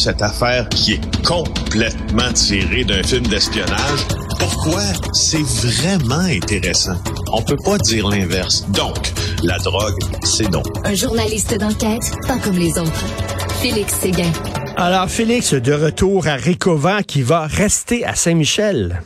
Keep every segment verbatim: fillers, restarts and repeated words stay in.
cette affaire qui est complètement tirée d'un film d'espionnage. Pourquoi? C'est vraiment intéressant. On peut pas dire l'inverse. Donc, la drogue, c'est non. Un journaliste d'enquête, pas comme les autres. Félix Séguin. Alors, Félix, de retour à Ricova, qui va rester à Saint-Michel.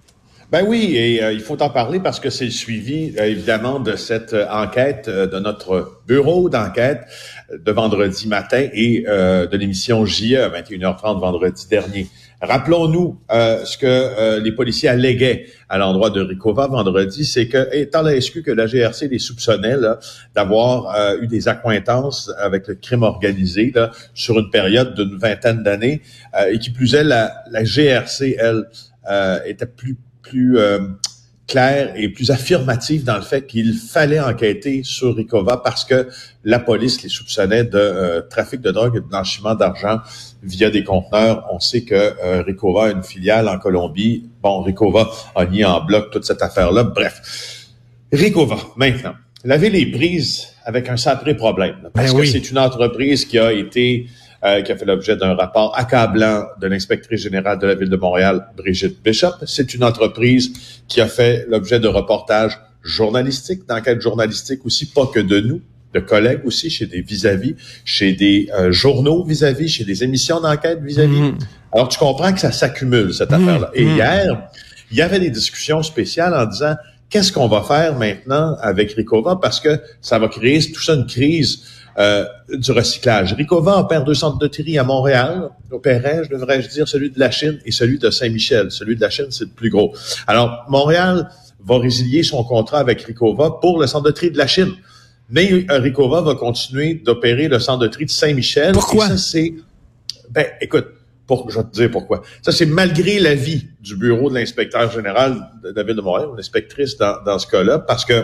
Ben oui, et euh, il faut en parler parce que c'est le suivi, euh, évidemment, de cette euh, enquête euh, de notre bureau d'enquête euh, de vendredi matin et euh, de l'émission J E à vingt et une heures trente vendredi dernier. Rappelons-nous euh, ce que euh, les policiers alléguaient à l'endroit de Ricova vendredi, c'est que, étant la S Q que la G R C les soupçonnait là, d'avoir euh, eu des accointances avec le crime organisé là, sur une période d'une vingtaine d'années, euh, et qui plus est, la, la G R C, elle, euh, était plus plus euh, clair et plus affirmatif dans le fait qu'il fallait enquêter sur Ricova parce que la police les soupçonnait de euh, trafic de drogue et de blanchiment d'argent via des conteneurs. On sait que euh, Ricova a une filiale en Colombie. Bon, Ricova a nié en bloc toute cette affaire-là. Bref, Ricova, maintenant, la ville est prise avec un sacré problème. Parce ben oui. que c'est une entreprise qui a été... Euh, qui a fait l'objet d'un rapport accablant de l'inspectrice générale de la Ville de Montréal, Brigitte Bishop. C'est une entreprise qui a fait l'objet de reportages journalistiques, d'enquêtes journalistiques aussi, pas que de nous, de collègues aussi, chez des vis-à-vis, chez des euh, journaux vis-à-vis, chez des émissions d'enquête vis-à-vis. Mmh. Alors, tu comprends que ça s'accumule, cette mmh. affaire-là. Et mmh. hier, il y avait des discussions spéciales en disant, qu'est-ce qu'on va faire maintenant avec Ricova? Parce que ça va créer tout ça une crise Euh, du recyclage. Ricova opère deux centres de tri à Montréal, opérait, je devrais-je dire, celui de la Chine et celui de Saint-Michel. Celui de la Chine, c'est le plus gros. Alors, Montréal va résilier son contrat avec Ricova pour le centre de tri de la Chine. Mais euh, Ricova va continuer d'opérer le centre de tri de Saint-Michel. Pourquoi? Et ça, c'est... Ben, écoute, pour, je vais te dire pourquoi. Ça, c'est malgré l'avis du bureau de l'inspecteur général de la Ville de Montréal, l'inspectrice dans, dans ce cas-là, parce que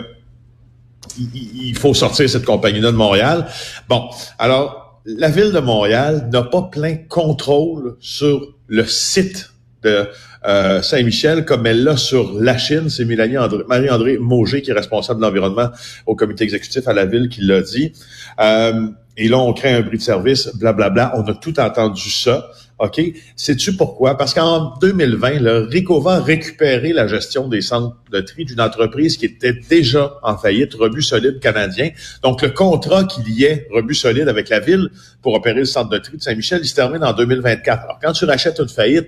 il faut sortir cette compagnie-là de Montréal. Bon, alors, la Ville de Montréal n'a pas plein contrôle sur le site de euh, Saint-Michel comme elle l'a sur la Chine. C'est Mélanie André, Marie-André Mauger, qui est responsable de l'environnement au comité exécutif à la Ville, qui l'a dit. Euh, et là, on crée un bris de service, blablabla. On a tout entendu ça. OK? Sais-tu pourquoi? Parce qu'en deux mille vingt, là, Ricova a récupéré la gestion des centres de tri d'une entreprise qui était déjà en faillite, Rebut Solide Canadien. Donc, le contrat qu'il y ait, Rebut Solide, avec la Ville pour opérer le centre de tri de Saint-Michel, il se termine en deux mille vingt-quatre. Alors, quand tu rachètes une faillite,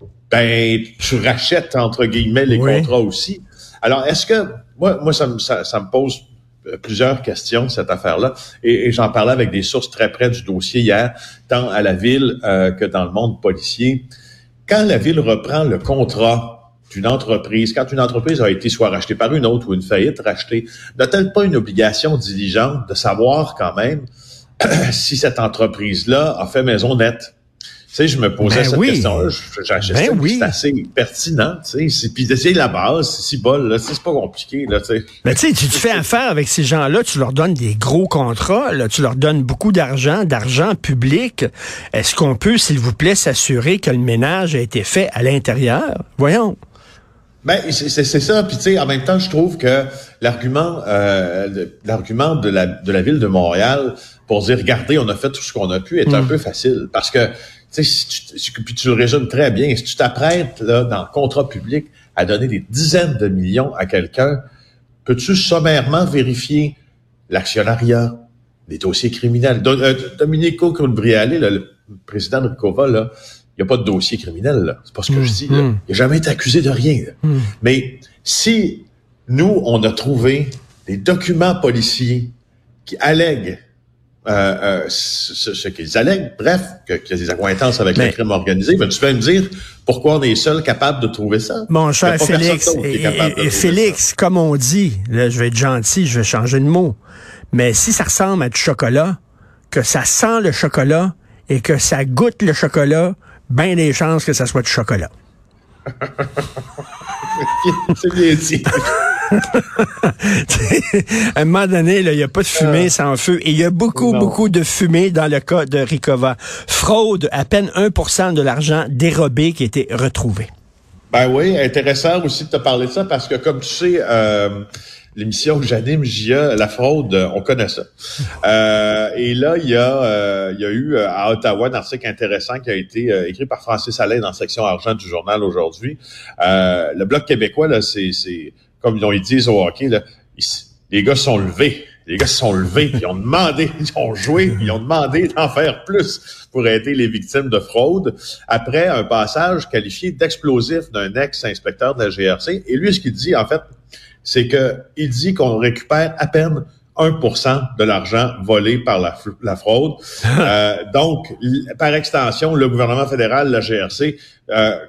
ben, tu rachètes, entre guillemets, les oui. contrats aussi. Alors, est-ce que... Moi, moi ça, me, ça, ça me pose plusieurs questions, cette affaire-là. Et, et j'en parlais avec des sources très près du dossier hier, tant à la Ville euh, que dans le monde policier. Quand la Ville reprend le contrat d'une entreprise, quand une entreprise a été soit rachetée par une autre ou une faillite rachetée, n'a-t-elle pas une obligation diligente de savoir quand même si cette entreprise-là a fait maison nette? Tu sais, je me posais ben cette oui. question-là. J'ai ben oui. C'est assez pertinent, tu sais. Puis c'est la base, c'est si bol, là. C'est pas compliqué, là, tu sais. Mais tu sais, tu fais affaire avec ces gens-là, tu leur donnes des gros contrats, là, tu leur donnes beaucoup d'argent, d'argent public. Est-ce qu'on peut, s'il vous plaît, s'assurer que le ménage a été fait à l'intérieur? Voyons. Ben, c'est, c'est, c'est ça. Puis, tu sais, en même temps, je trouve que l'argument, euh, l'argument de la, de la Ville de Montréal pour dire, regardez, on a fait tout ce qu'on a pu, est mmh. un peu facile. Parce que, tu sais, si tu, puis tu le résumes très bien, si tu t'apprêtes, là, dans le contrat public, à donner des dizaines de millions à quelqu'un, peux-tu sommairement vérifier l'actionnariat, les dossiers criminels? Do, euh, Domenico Colbriale, le président de Ricova, là, il n'y a pas de dossier criminel, là. C'est pas ce que mmh, je dis, là. Mmh. Il n'a jamais été accusé de rien, là. Mmh. Mais si nous, on a trouvé des documents policiers qui allèguent Euh, euh, ce, ce qu'ils allèguent, bref, que, qu'il y a des accointances avec mais, le crime organisé, ben, tu vas me dire pourquoi on est seul capable de trouver ça? Mon cher Félix, et, et, et Félix, ça. Comme on dit, là, je vais être gentil, je vais changer de mot, mais si ça ressemble à du chocolat, que ça sent le chocolat et que ça goûte le chocolat, ben des chances que ça soit du chocolat. C'est bien dit. À un moment donné, il n'y a pas de fumée ah. sans feu. Et il y a beaucoup, non. beaucoup de fumée dans le cas de Ricova. Fraude, à peine un pour cent de l'argent dérobé qui a été retrouvé. Ben oui, intéressant aussi de te parler de ça parce que, comme tu sais, euh, l'émission que j'anime, J A, la fraude, on connaît ça. Euh, et là, il y a, euh, il y a eu à Ottawa un article intéressant qui a été euh, écrit par Francis Alain dans la section argent du journal aujourd'hui. Euh, le Bloc québécois, là, c'est, c'est comme ils disent au hockey, là, ils, les gars se sont levés. Les gars se sont levés, ils ont demandé, ils ont joué, ils ont demandé d'en faire plus pour aider les victimes de fraude après un passage qualifié d'explosif d'un ex-inspecteur de la G R C. Et lui, ce qu'il dit, en fait, c'est que il dit qu'on récupère à peine un pour cent de l'argent volé par la, la fraude. euh, donc, par extension, le gouvernement fédéral, la G R C, euh,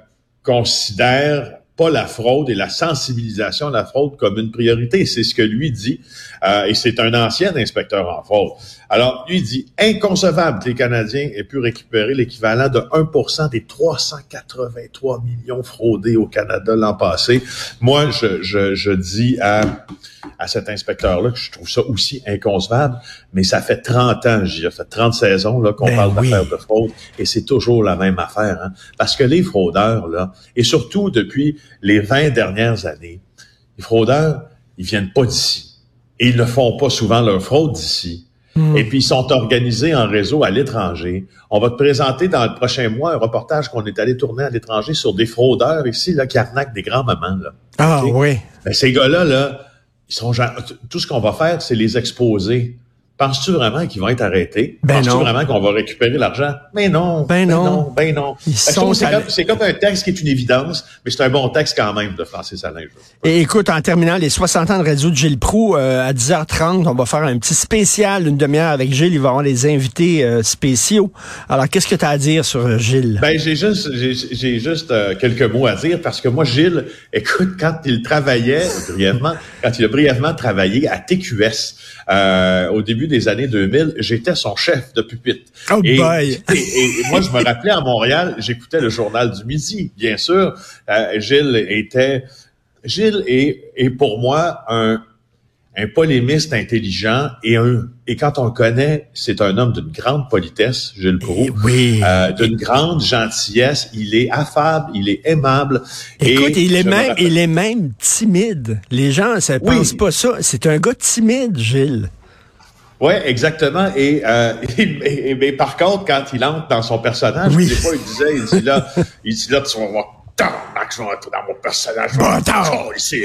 considère pas la fraude et la sensibilisation à la fraude comme une priorité. C'est ce que lui dit. Euh, et c'est un ancien inspecteur en fraude. Alors, lui dit, inconcevable que les Canadiens aient pu récupérer l'équivalent de un pour cent des trois cent quatre-vingt-trois millions fraudés au Canada l'an passé. Moi, je, je, je dis à, à cet inspecteur-là que je trouve ça aussi inconcevable, mais ça fait trente ans, j'y ai fait trente saisons là, qu'on ben parle oui. d'affaires de fraude, et c'est toujours la même affaire. Hein? Parce que les fraudeurs, là, et surtout depuis les vingt dernières années, les fraudeurs, ils viennent pas d'ici. Et ils ne font pas souvent leur fraude d'ici. Mmh. Et puis, ils sont organisés en réseau à l'étranger. On va te présenter dans le prochain mois un reportage qu'on est allé tourner à l'étranger sur des fraudeurs ici, là, qui arnaquent des grands-mamans, là. Ah, okay? Oui. Ben, ces gars-là, là, ils sont, tout ce qu'on va faire, c'est les exposer. Penses-tu vraiment qu'ils vont être arrêtés? Ben Penses-tu non. vraiment qu'on va récupérer l'argent? Mais non. Ben, ben non. non. Ben non. Ils ben, sont c'est, comme, c'est comme un texte qui est une évidence, mais c'est un bon texte quand même de Francis Alain. Et écoute, en terminant les soixante ans de radio de Gilles Proulx, euh, à dix heures trente, on va faire un petit spécial, une demi-heure avec Gilles. Il va y avoir des invités euh, spéciaux. Alors, qu'est-ce que tu as à dire sur Gilles? Ben, j'ai juste, j'ai, j'ai juste euh, quelques mots à dire parce que moi, Gilles, écoute, quand il travaillait brièvement, quand il a brièvement travaillé à T Q S, euh, au début des années deux mille, j'étais son chef de pupitre. Oh et, boy! Et, et, et moi, je me rappelais à Montréal, j'écoutais le journal du midi, bien sûr. Euh, Gilles était, Gilles est, est pour moi un, un polémiste intelligent et un, et quand on le connaît, c'est un homme d'une grande politesse, Gilles Proulx. Oui. Euh, d'une grande gentillesse. Il est affable, il est aimable. Écoute, et il est même, rappelle... il est même timide. Les gens ne oui. pensent pas ça. C'est un gars timide, Gilles. Oui, exactement. Et, euh, et, et, mais par contre, quand il entre dans son personnage, oui. des fois, il disait, il dit là, il dit là, tu vas voir, tabarnak, je vais entrer dans mon personnage. Bâtard! Ici,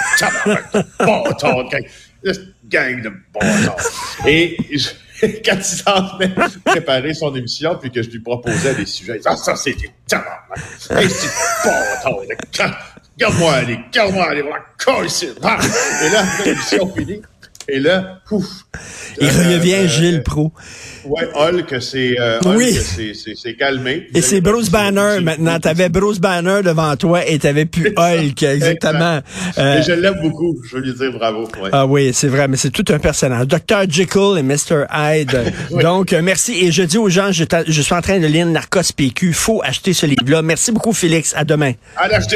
bâtard, gang de bâtards. Et je, quand il s'en venait préparer son émission, puis que je lui proposais des sujets, il disait, ah, ça, c'est des tabarnak. Hey, c'est bâtard. Regarde-moi aller, regarde-moi aller, voilà, ici. Et là, l'émission finie. Et là, pouf. Il euh, revient euh, Gilles Proulx. Ouais, Hulk, c'est, euh, Hulk, oui. c'est, c'est, c'est calmé. Et c'est Bruce Banner maintenant. T'avais Bruce Banner devant toi et t'avais plus Hulk, exactement. euh, et je l'aime beaucoup. Je veux lui dire bravo. Ouais. Ah oui, c'est vrai, mais c'est tout un personnage. docteur Jekyll et mister Hyde. Oui. Donc, euh, merci. Et je dis aux gens, je, je suis en train de lire Narcos P Q. Faut acheter ce livre-là. Merci beaucoup, Félix. À demain. À l'acheter.